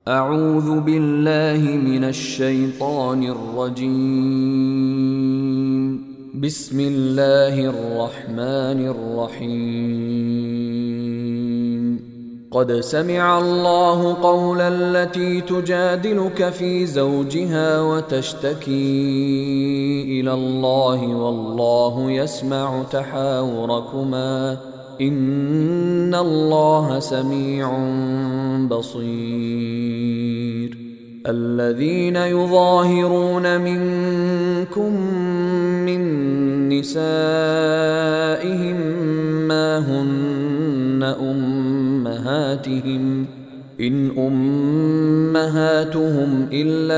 أعوذ بالله من الشيطان الرجيم. بسم الله الرحمن الرحيم. قد سمع الله قول التي تجادلك في زوجها وتشتكي إلى الله والله يسمع تحاوركما إن الله سميع بصير. الذين يظاهرون منكم من نسائهم ما هن أمهاتهم إن أمهاتهم إلا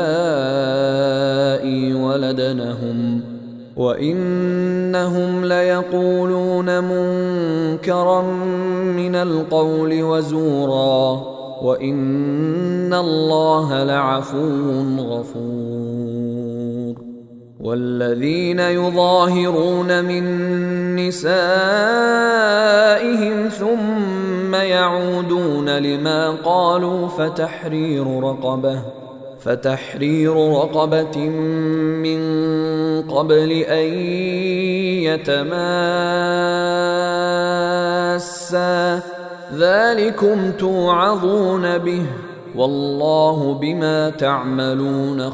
اللائي ولدنهم وإنهم ليقولون منكرا من القول وزورا وإن الله لعفو غفور. والذين يظاهرون من نسائهم ثم يعودون لما قالوا فتحرير رقبة من قبل أن يتماسا ذلكم توعظون به والله بما تعملون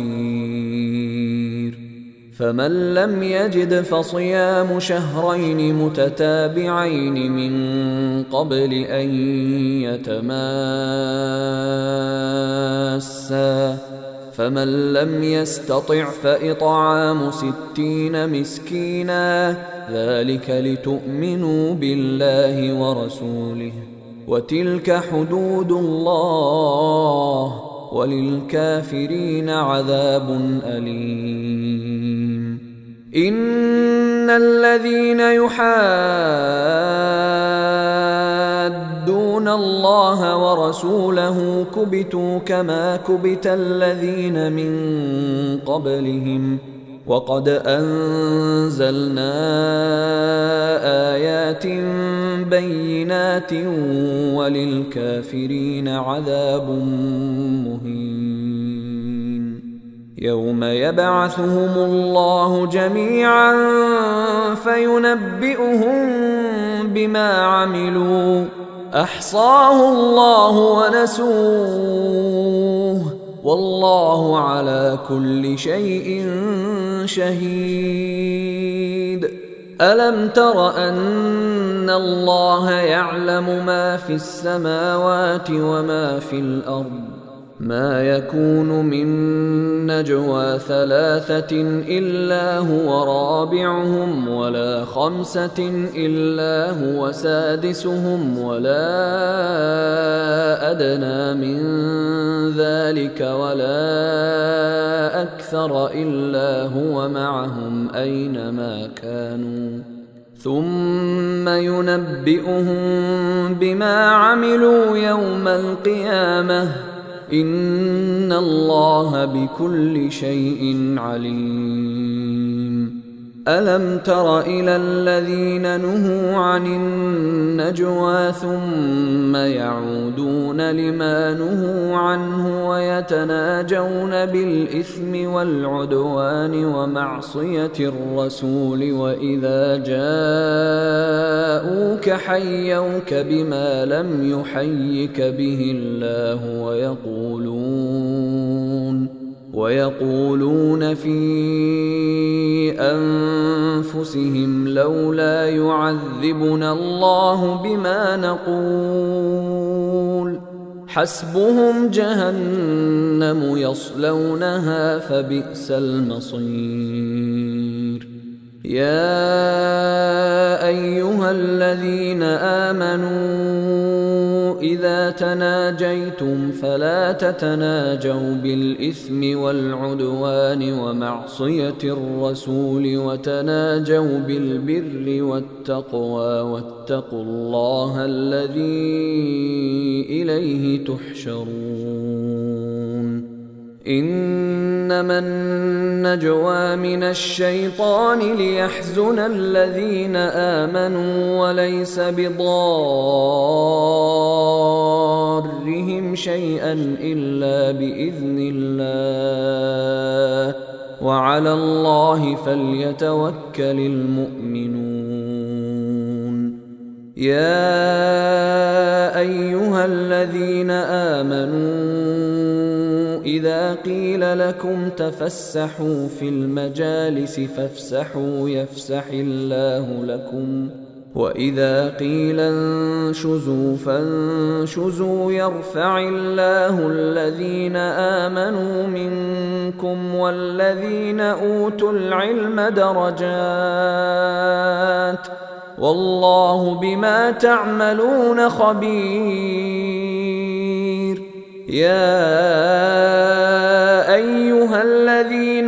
خبير. فمن لم يجد فصيام شهرين متتابعين من قبل أن يتماسا فمن لم يستطع فإطعام 60 مسكينا ذلك لتؤمنوا بالله ورسوله وتلك حدود الله وللكافرين عذاب أليم. إن الذين يحادون الله ورسوله كبتوا كما كبت الذين من قبلهم وقد أنزلنا آيات بينات وللكافرين عذاب مهين. يوم يبعثهم الله جميعا فينبئهم بما عملوا أحصاه الله ونسوه والله على كل شيء شهيد. ألم تر أن الله يعلم ما في السماوات وما في الأرض ما يكون من نجوى 3 إلا هو رابعهم ولا 5 إلا هو سادسهم ولا أدنى من ذلك ولا أكثر إلا هو معهم أينما كانوا ثم ينبئهم بما عملوا يوم القيامة إن الله بكل شيء عليم. ألم تر إلى الذين نهوا عن النجوى ثم يعودون لما نهوا عنه ويتناجون بالإثم والعدوان ومعصية الرسول وإذا جاءوك حيوك بما لم يحيك به الله ويقولون في أنفسهم لولا يعذبنا الله بما نقول حسبهم جهنم يصلونها فبئس المصير. يا أيها الذين آمنوا إذا تناجيتم فلا تتناجوا بالإثم والعدوان ومعصية الرسول وتناجوا بالبر والتقوى واتقوا الله الذي إليه تحشرون. إنما النجوى من الشيطان ليحزن الذين آمنوا وليس بضارهم شيئا إلا بإذن الله وعلى الله فليتوكل المؤمنون. يا أيها الذين آمنوا إذا قيل لكم تفسحوا في المجالس فافسحوا يفسح الله لكم وإذا قيل انشزوا فانشزوا يرفع الله الذين آمنوا منكم والذين أوتوا العلم درجات والله بما تعملون خبير. يا أيها الذين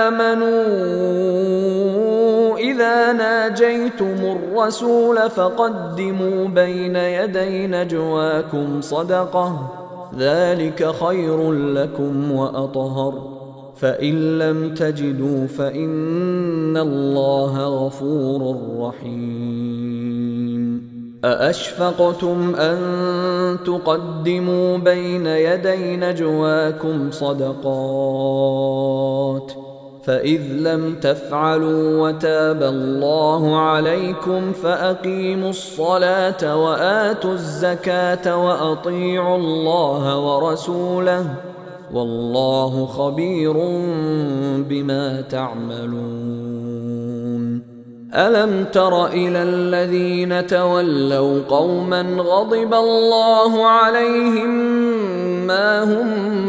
آمنوا إذا ناجيتم الرسول فقدموا بين يدي نجواكم صدقة ذلك خير لكم وأطهر فإن لم تجدوا فإن الله غفور رحيم. أأشفقتم أن تقدموا بين يدي نجواكم صدقات فإذ لم تفعلوا وتاب الله عليكم فأقيموا الصلاة وآتوا الزكاة وأطيعوا الله ورسوله والله خبير بما تعملون. ألم تر إلى الذين تولوا قوما غضب الله عليهم ما هم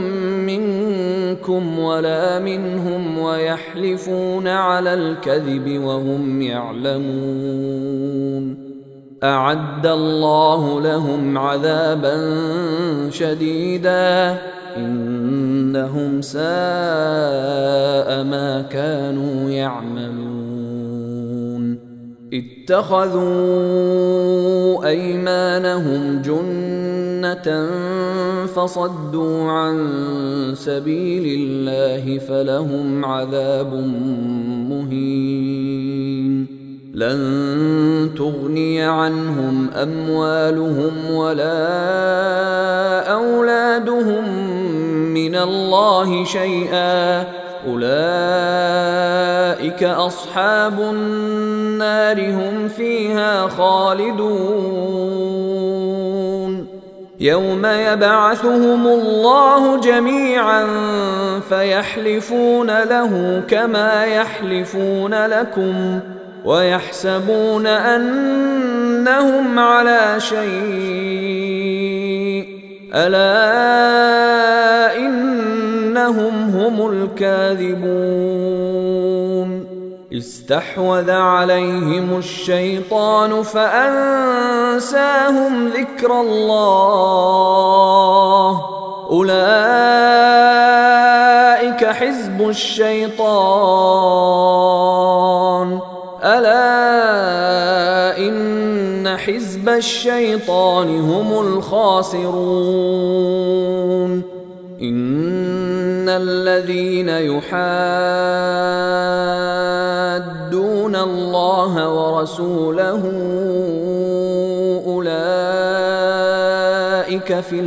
منكم ولا منهم ويحلفون على الكذب وهم يعلمون أعد الله لهم عذابا شديدا إنهم ساء ما كانوا يعملون. اتخذوا أيمانهم جنة فصدوا عن سبيل الله فلهم عذاب مهين. لن تغني عنهم أموالهم ولا أولادهم من الله شيئا أولئك أصحاب النار هم فيها خالدون. يوم يبعثهم الله جميعا فيحلفون له كما يحلفون لكم ويحسبون أنهم على شيء ألا إنهم هم الكاذبون. استحوذ عليهم الشيطان فأنساهم ذكر الله أولئك حزب الشيطان ألا إن حزب الشيطان هم الخاسرون. إن الذين يحادون الله ورسوله أولئك في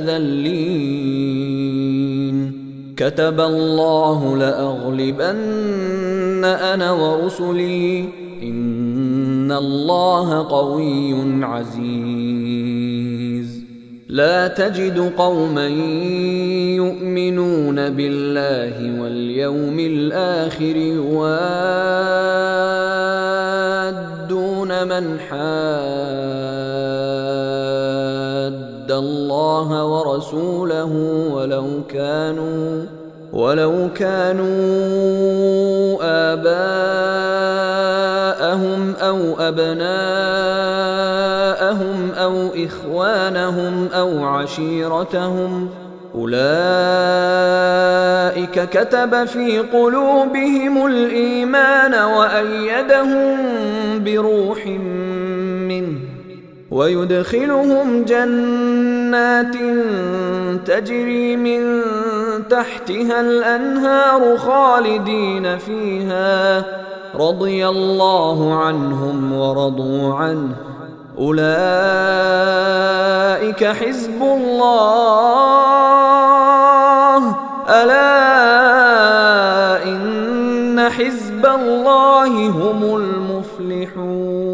الأذلين. كتب الله لأغلبن أنا ورسلي إن الله قوي عزيز. لا تجد قوما يؤمنون بالله واليوم الآخر يوادون من حاد الله ورسوله ولو كانوا آباءهم أو أبناءهم أو إخوانهم أو عشيرتهم أولئك كتب في قلوبهم الإيمان وأيدهم بروح منه ويدخلهم جنات تجري من تحتها الأنهار خالدين فيها رضي الله عنهم ورضوا عنه أولئك حزب الله ألا إن حزب الله هم المفلحون.